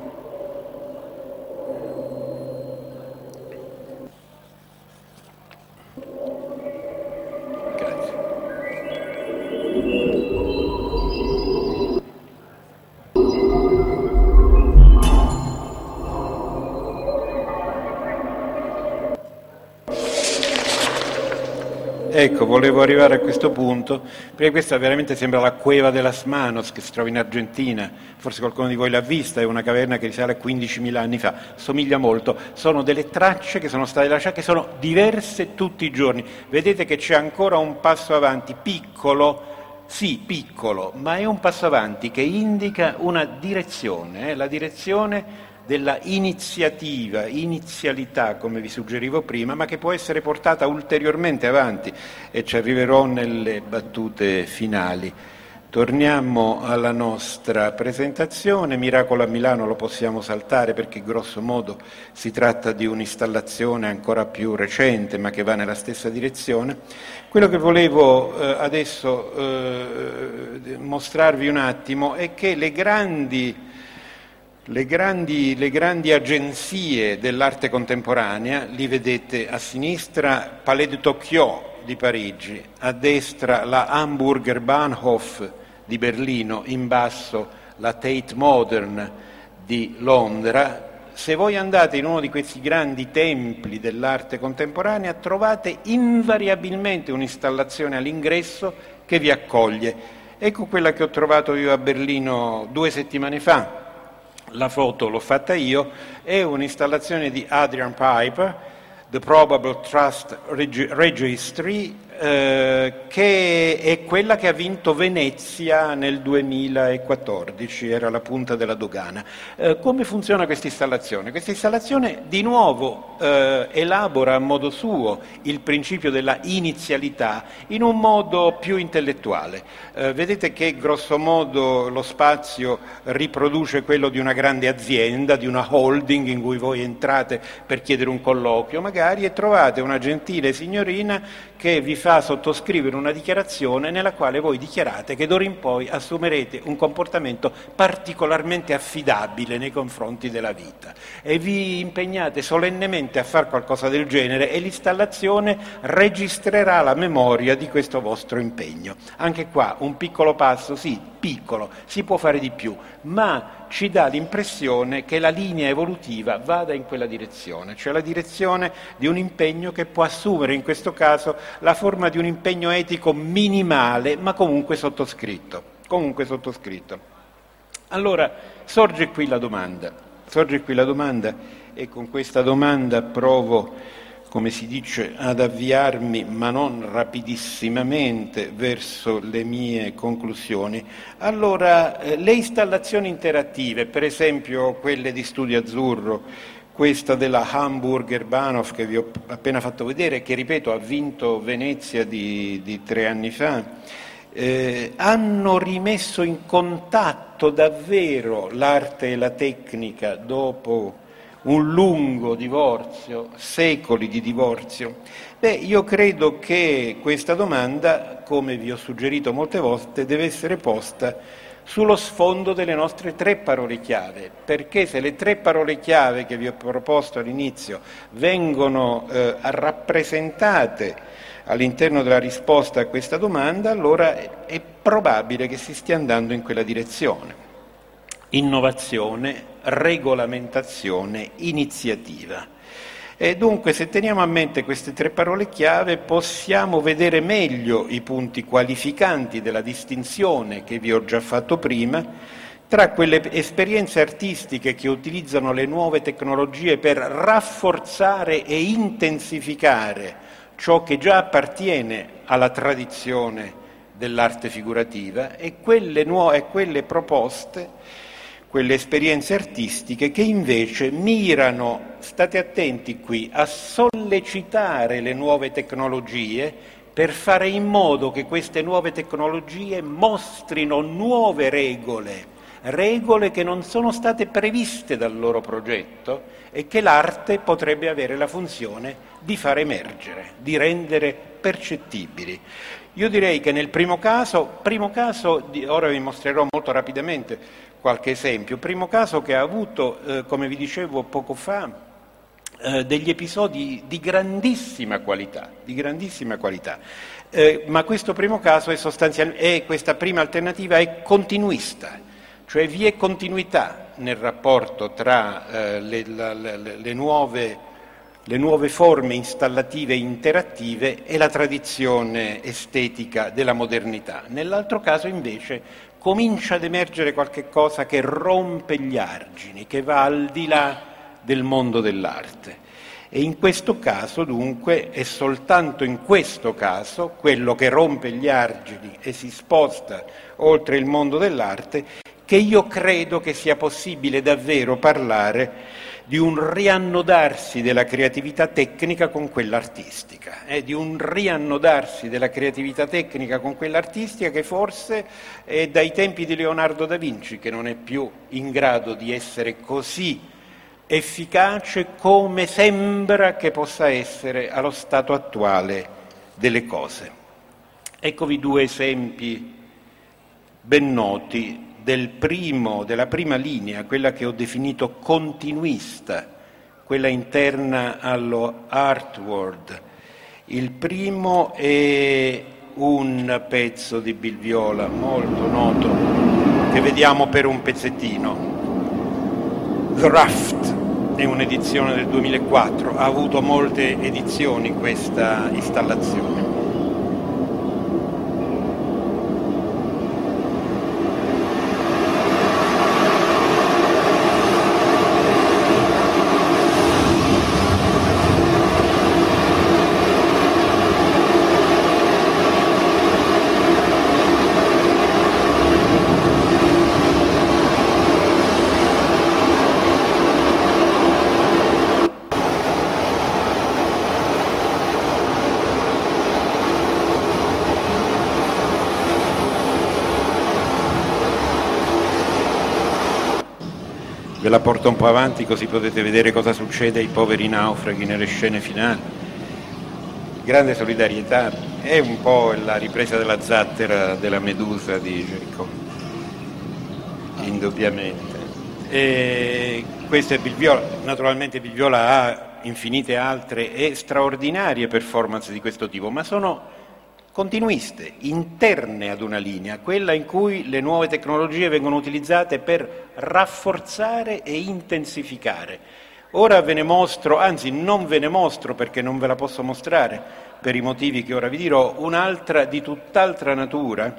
Ecco, volevo arrivare a questo punto, perché questa veramente sembra la Cueva de las Manos che si trova in Argentina, forse qualcuno di voi l'ha vista, è una caverna che risale a 15.000 anni fa, somiglia molto, sono delle tracce che sono state lasciate, che sono diverse tutti i giorni, vedete che c'è ancora un passo avanti, piccolo, sì, piccolo, ma è un passo avanti che indica una direzione, la direzione della inizialità, come vi suggerivo prima, ma che può essere portata ulteriormente avanti, e ci arriverò nelle battute finali. Torniamo alla nostra presentazione. Miracolo a Milano lo possiamo saltare perché grosso modo si tratta di un'installazione ancora più recente, ma che va nella stessa direzione. Quello che volevo adesso mostrarvi un attimo è che le grandi agenzie dell'arte contemporanea, li vedete a sinistra, Palais de Tokyo di Parigi, a destra la Hamburger Bahnhof di Berlino, in basso la Tate Modern di Londra. Se voi andate in uno di questi grandi templi dell'arte contemporanea trovate invariabilmente un'installazione all'ingresso che vi accoglie. Ecco quella che ho trovato io a Berlino 2 settimane fa. La foto l'ho fatta io, è un'installazione di Adrian Piper, The Probable Trust Registry, che è quella che ha vinto Venezia nel 2014, era la punta della dogana. Come funziona questa installazione? Questa installazione di nuovo elabora a modo suo il principio della inizialità in un modo più intellettuale. Vedete che grosso modo lo spazio riproduce quello di una grande azienda, di una holding in cui voi entrate per chiedere un colloquio magari e trovate una gentile signorina che vi fa sottoscrivere una dichiarazione nella quale voi dichiarate che d'ora in poi assumerete un comportamento particolarmente affidabile nei confronti della vita e vi impegnate solennemente a fare qualcosa del genere e l'installazione registrerà la memoria di questo vostro impegno. Anche qua un piccolo passo, sì, piccolo, si può fare di più, ma ci dà l'impressione che la linea evolutiva vada in quella direzione, cioè la direzione di un impegno che può assumere in questo caso la forma di un impegno etico minimale, ma comunque sottoscritto. Allora sorge qui la domanda e con questa domanda provo, come si dice, ad avviarmi, ma non rapidissimamente, verso le mie conclusioni. Allora, le installazioni interattive, per esempio quelle di Studio Azzurro, questa della Hamburger Bahnhof che vi ho appena fatto vedere, che ripeto ha vinto Venezia di 3 anni fa, hanno rimesso in contatto davvero l'arte e la tecnica dopo un lungo divorzio, secoli di divorzio? Io credo che questa domanda, come vi ho suggerito molte volte, deve essere posta sullo sfondo delle nostre 3 parole chiave, perché se le 3 parole chiave che vi ho proposto all'inizio vengono rappresentate all'interno della risposta a questa domanda, allora è probabile che si stia andando in quella direzione. Innovazione, regolamentazione, iniziativa. E dunque, se teniamo a mente queste 3 parole chiave, possiamo vedere meglio i punti qualificanti della distinzione che vi ho già fatto prima tra quelle esperienze artistiche che utilizzano le nuove tecnologie per rafforzare e intensificare ciò che già appartiene alla tradizione dell'arte figurativa e quelle proposte, quelle esperienze artistiche che invece mirano, state attenti qui, a sollecitare le nuove tecnologie per fare in modo che queste nuove tecnologie mostrino nuove regole che non sono state previste dal loro progetto e che l'arte potrebbe avere la funzione di far emergere, di rendere percettibili. Io direi che nel primo caso, ora vi mostrerò molto rapidamente qualche esempio, primo caso che ha avuto, come vi dicevo poco fa, degli episodi di grandissima qualità, ma questo primo caso questa prima alternativa è continuista, cioè vi è continuità nel rapporto tra le nuove forme installative e interattive e la tradizione estetica della modernità. Nell'altro caso invece comincia ad emergere qualche cosa che rompe gli argini, che va al di là del mondo dell'arte. E in questo caso, dunque, è soltanto in questo caso, quello che rompe gli argini e si sposta oltre il mondo dell'arte, che io credo che sia possibile davvero parlare di un riannodarsi della creatività tecnica con quella artistica, di un riannodarsi della creatività tecnica con quella artistica che forse è dai tempi di Leonardo da Vinci che non è più in grado di essere così efficace come sembra che possa essere allo stato attuale delle cose. Eccovi 2 esempi ben noti della prima linea, quella che ho definito continuista, quella interna allo art world. Il primo è un pezzo di Bill Viola molto noto che vediamo per un pezzettino. The Raft è un'edizione del 2004, ha avuto molte edizioni questa installazione. Ve la porto un po' avanti così potete vedere cosa succede ai poveri naufraghi nelle scene finali. Grande solidarietà è un po' la ripresa della zattera della Medusa di Géricault, indubbiamente. E questo è Bill Viola. Naturalmente Bill Viola ha infinite altre e straordinarie performance di questo tipo, ma sono continuiste, interne ad una linea, quella in cui le nuove tecnologie vengono utilizzate per rafforzare e intensificare. Ora ve ne mostro, anzi non ve ne mostro perché non ve la posso mostrare per i motivi che ora vi dirò, un'altra di tutt'altra natura,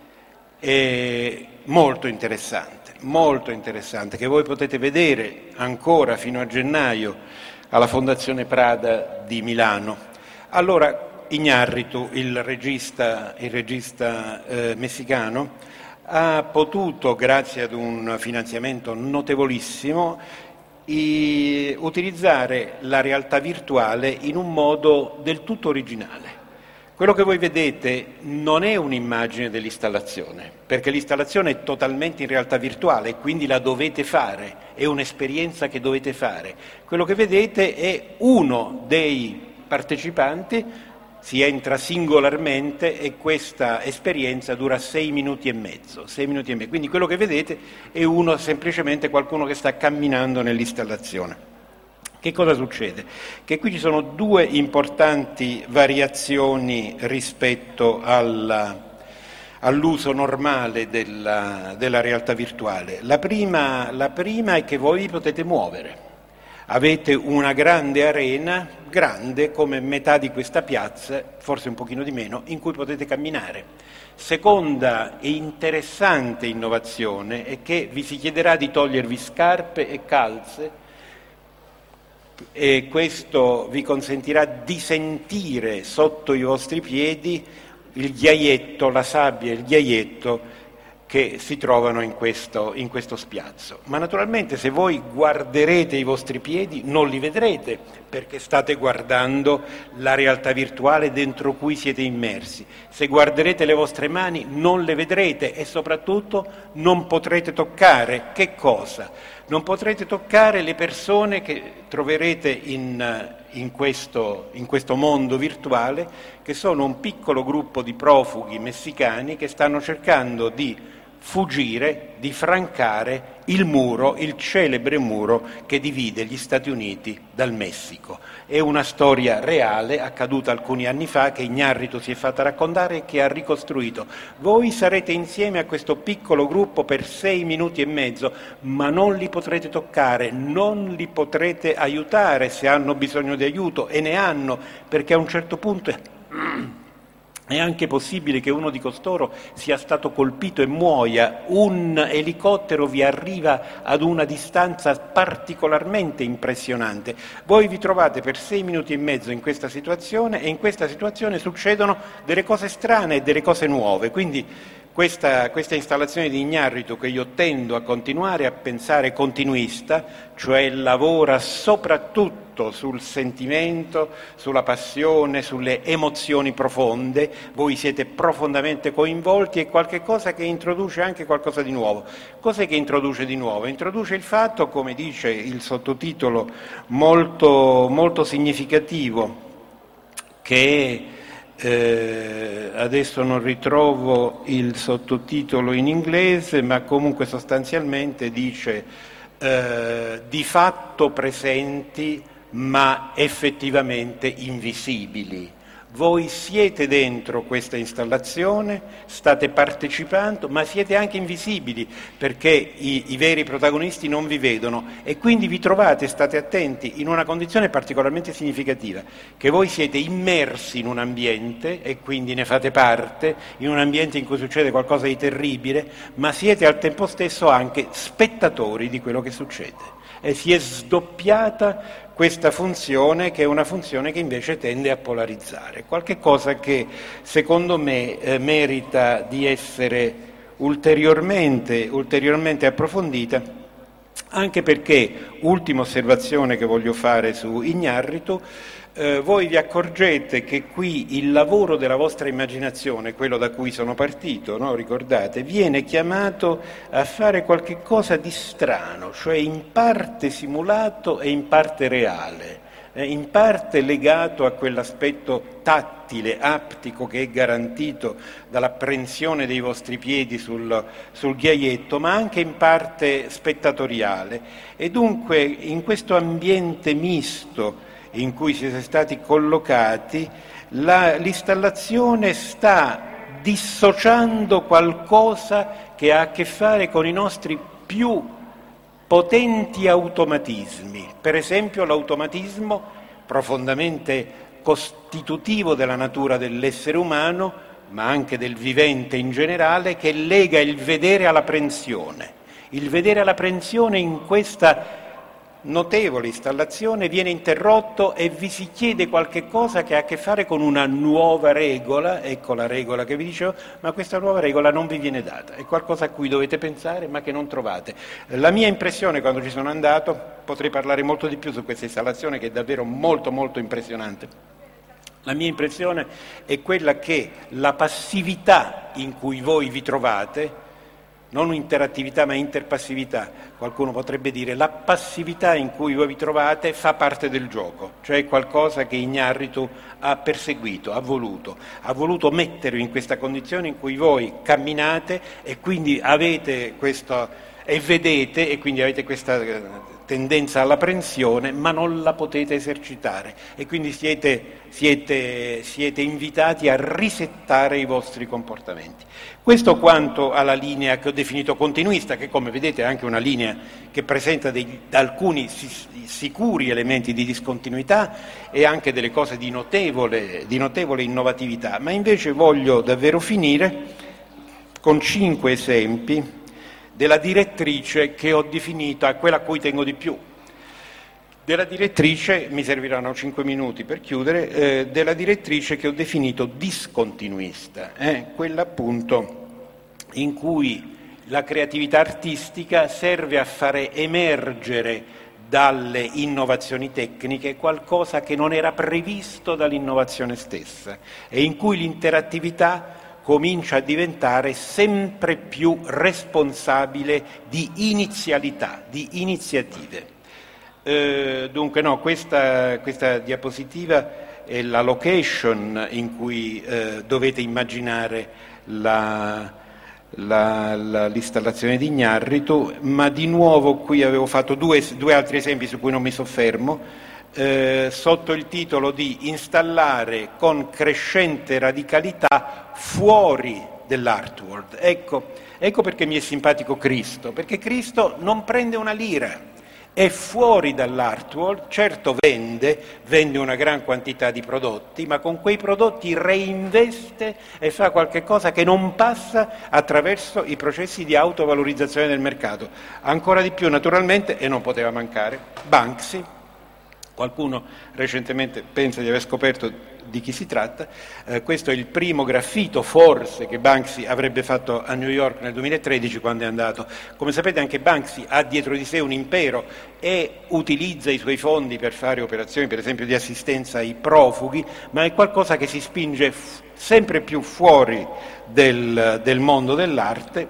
molto interessante, che voi potete vedere ancora fino a gennaio alla Fondazione Prada di Milano. Allora, Iñárritu, il regista messicano, ha potuto, grazie ad un finanziamento notevolissimo, utilizzare la realtà virtuale in un modo del tutto originale. Quello che voi vedete non è un'immagine dell'installazione, perché l'installazione è totalmente in realtà virtuale e quindi la dovete fare, è un'esperienza che dovete fare. Quello che vedete è uno dei partecipanti, si entra singolarmente e questa esperienza dura 6 minuti e mezzo. Quindi quello che vedete è semplicemente qualcuno che sta camminando nell'installazione. Che cosa succede? Che qui ci sono due importanti variazioni rispetto all'uso normale della realtà virtuale. La prima è che voi vi potete muovere. Avete una grande arena, grande come metà di questa piazza, forse un pochino di meno, in cui potete camminare. Seconda e interessante innovazione è che vi si chiederà di togliervi scarpe e calze e questo vi consentirà di sentire sotto i vostri piedi il ghiaietto, la sabbia e il ghiaietto che si trovano in questo spiazzo. Ma naturalmente se voi guarderete i vostri piedi non li vedrete, perché state guardando la realtà virtuale dentro cui siete immersi. Se guarderete le vostre mani non le vedrete e soprattutto non potrete toccare. Che cosa? Non potrete toccare le persone che troverete in questo mondo virtuale, che sono un piccolo gruppo di profughi messicani che stanno cercando di fuggire, di francare il celebre muro che divide gli Stati Uniti dal Messico. È una storia reale, accaduta alcuni anni fa, che Iñárritu si è fatta raccontare e che ha ricostruito. Voi sarete insieme a questo piccolo gruppo per 6 minuti e mezzo, ma non li potrete toccare, non li potrete aiutare se hanno bisogno di aiuto, e ne hanno, perché a un certo punto è anche possibile che uno di costoro sia stato colpito e muoia. Un elicottero vi arriva ad una distanza particolarmente impressionante. Voi vi trovate per 6 minuti e mezzo in questa situazione e in questa situazione succedono delle cose strane e delle cose nuove. Quindi questa installazione di Iñárritu, che io tendo a continuare a pensare continuista, cioè lavora soprattutto sul sentimento, sulla passione, sulle emozioni profonde, voi siete profondamente coinvolti, è qualche cosa che introduce anche qualcosa di nuovo. Cos'è che introduce di nuovo? Introduce il fatto, come dice il sottotitolo molto, molto significativo, che adesso non ritrovo il sottotitolo in inglese, ma comunque sostanzialmente dice di fatto presenti ma effettivamente invisibili. Voi siete dentro questa installazione, state partecipando, ma siete anche invisibili, perché i veri protagonisti non vi vedono e quindi vi trovate, state attenti, in una condizione particolarmente significativa, che voi siete immersi in un ambiente e quindi ne fate parte, in un ambiente in cui succede qualcosa di terribile, ma siete al tempo stesso anche spettatori di quello che succede. E si è sdoppiata questa funzione, che è una funzione che invece tende a polarizzare, qualche cosa che secondo me merita di essere ulteriormente approfondita, anche perché, ultima osservazione che voglio fare su Iñárritu, voi vi accorgete che qui il lavoro della vostra immaginazione, quello da cui sono partito, no? Ricordate, viene chiamato a fare qualche cosa di strano, cioè in parte simulato e in parte reale. in parte legato a quell'aspetto tattile, aptico, che è garantito dall'apprensione dei vostri piedi sul ghiaietto, ma anche in parte spettatoriale. E dunque in questo ambiente misto in cui siete stati collocati, l'installazione sta dissociando qualcosa che ha a che fare con i nostri più potenti automatismi, per esempio l'automatismo profondamente costitutivo della natura dell'essere umano, ma anche del vivente in generale, che lega il vedere all'apprensione. Il vedere all'apprensione in questa notevole installazione viene interrotto e vi si chiede qualche cosa che ha a che fare con una nuova regola, ecco la regola che vi dicevo, ma questa nuova regola non vi viene data, è qualcosa a cui dovete pensare ma che non trovate. La mia impressione quando ci sono andato, potrei parlare molto di più su questa installazione che è davvero molto molto impressionante, la mia impressione è quella che la passività in cui voi vi trovate, non interattività ma interpassività, qualcuno potrebbe dire la passività in cui voi vi trovate fa parte del gioco, cioè qualcosa che Iñárritu ha perseguito, ha voluto mettervi in questa condizione in cui voi camminate e quindi avete questo e vedete e quindi avete questa tendenza all'apprensione ma non la potete esercitare e quindi siete invitati a risettare i vostri comportamenti. Questo quanto alla linea che ho definito continuista, che come vedete è anche una linea che presenta alcuni sicuri elementi di discontinuità e anche delle cose di notevole innovatività, ma invece voglio davvero finire con 5 esempi della direttrice che ho definito, a quella a cui tengo di più. Della direttrice, mi serviranno 5 minuti per chiudere, della direttrice che ho definito discontinuista, quella appunto in cui la creatività artistica serve a fare emergere dalle innovazioni tecniche qualcosa che non era previsto dall'innovazione stessa e in cui l'interattività comincia a diventare sempre più responsabile di inizialità, di iniziative. Dunque no, questa diapositiva è la location in cui dovete immaginare l'installazione di Iñárritu, ma di nuovo qui avevo fatto due altri esempi su cui non mi soffermo, sotto il titolo di installare con crescente radicalità fuori dell'art world. Ecco perché mi è simpatico Cristo, perché Cristo non prende una lira, è fuori dall'art world, certo vende una gran quantità di prodotti, ma con quei prodotti reinveste e fa qualche cosa che non passa attraverso i processi di autovalorizzazione del mercato. Ancora di più naturalmente, e non poteva mancare, Banksy. Qualcuno recentemente pensa di aver scoperto di chi si tratta. Questo è il primo graffito forse che Banksy avrebbe fatto a New York nel 2013 quando è andato. Come sapete anche Banksy ha dietro di sé un impero e utilizza i suoi fondi per fare operazioni per esempio di assistenza ai profughi, ma è qualcosa che si spinge sempre più fuori del mondo dell'arte,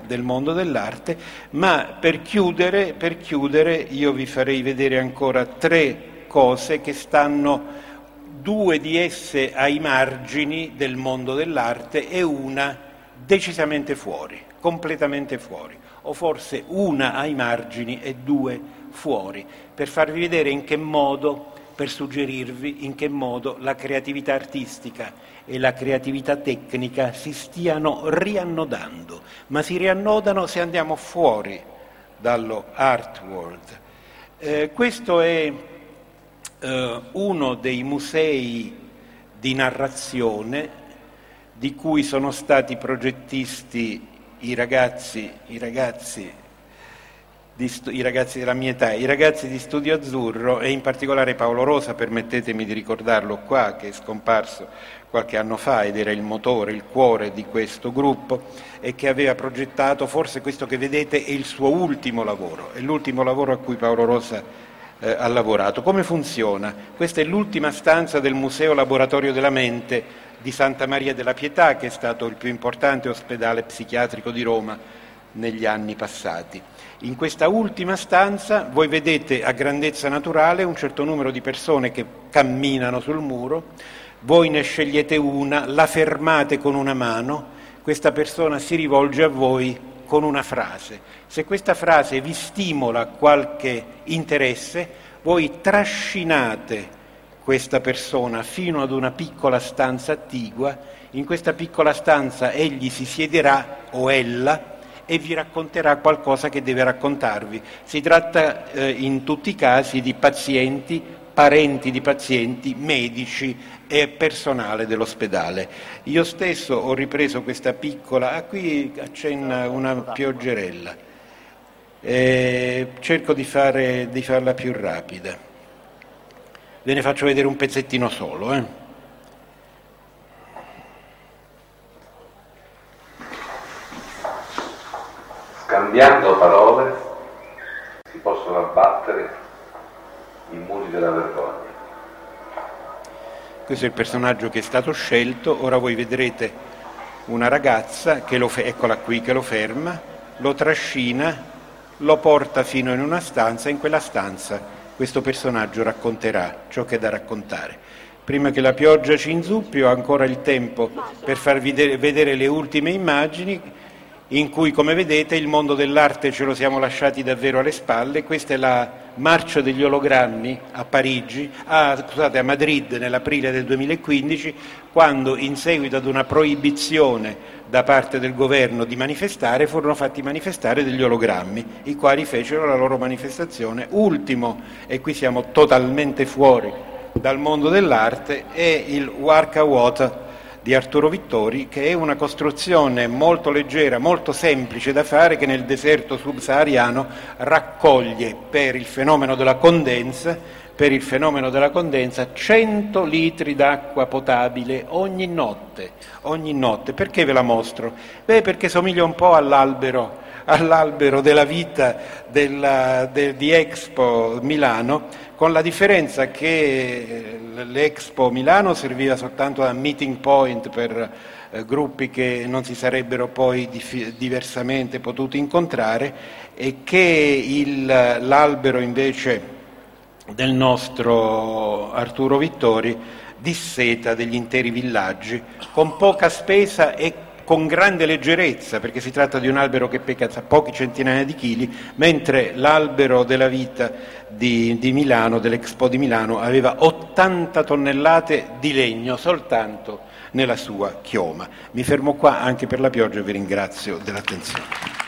ma per chiudere io vi farei vedere ancora 3 cose che stanno, 2 di esse ai margini del mondo dell'arte e una decisamente fuori, completamente fuori, o forse una ai margini e 2 fuori, per farvi vedere in che modo, per suggerirvi in che modo la creatività artistica e la creatività tecnica si stiano riannodando, ma si riannodano se andiamo fuori dallo art world. Questo è uno dei musei di narrazione di cui sono stati progettisti i ragazzi della mia età, i ragazzi di Studio Azzurro e in particolare Paolo Rosa, permettetemi di ricordarlo qua, che è scomparso qualche anno fa ed era il motore, il cuore di questo gruppo e che aveva progettato, forse questo che vedete è il suo ultimo lavoro, è l'ultimo lavoro a cui Paolo Rosa ha lavorato. Come funziona? Questa è l'ultima stanza del Museo Laboratorio della Mente di Santa Maria della Pietà, che è stato il più importante ospedale psichiatrico di Roma negli anni passati. In questa ultima stanza voi vedete a grandezza naturale un certo numero di persone che camminano sul muro, voi ne scegliete una, la fermate con una mano, questa persona si rivolge a voi con una frase. Se questa frase vi stimola qualche interesse, voi trascinate questa persona fino ad una piccola stanza attigua. In questa piccola stanza egli si siederà, o ella, e vi racconterà qualcosa che deve raccontarvi. Si tratta in tutti i casi di pazienti, parenti di pazienti, medici e personale dell'ospedale. Io stesso ho ripreso questa piccola, qui accenna una pioggerella, cerco di farla più rapida. Ve ne faccio vedere un pezzettino solo. Scambiando parole si possono abbattere i muri della vergogna. Questo è il personaggio che è stato scelto. Ora voi vedrete una ragazza che eccola qui, che lo ferma, lo trascina, lo porta fino in una stanza. In quella stanza questo personaggio racconterà ciò che è da raccontare. Prima che la pioggia ci inzuppi, ho ancora il tempo per farvi vedere le ultime immagini, in cui, come vedete, il mondo dell'arte ce lo siamo lasciati davvero alle spalle. Questa è la marcia degli ologrammi a a Madrid nell'aprile del 2015, quando in seguito ad una proibizione da parte del governo di manifestare, furono fatti manifestare degli ologrammi, i quali fecero la loro manifestazione. Ultimo, e qui siamo totalmente fuori dal mondo dell'arte, è il Warka-Wota di Arturo Vittori, che è una costruzione molto leggera, molto semplice da fare, che nel deserto subsahariano raccoglie per il fenomeno della condensa 100 litri d'acqua potabile ogni notte. Perché ve la mostro? Perché somiglia un po' all'albero della vita di Expo Milano, con la differenza che l'Expo Milano serviva soltanto da meeting point per gruppi che non si sarebbero poi diversamente potuti incontrare, e che l'albero invece del nostro Arturo Vittori disseta degli interi villaggi con poca spesa e con grande leggerezza, perché si tratta di un albero che pesa pochi centinaia di chili, mentre l'albero della vita di Milano, dell'Expo di Milano, aveva 80 tonnellate di legno soltanto nella sua chioma. Mi fermo qua anche per la pioggia e vi ringrazio dell'attenzione.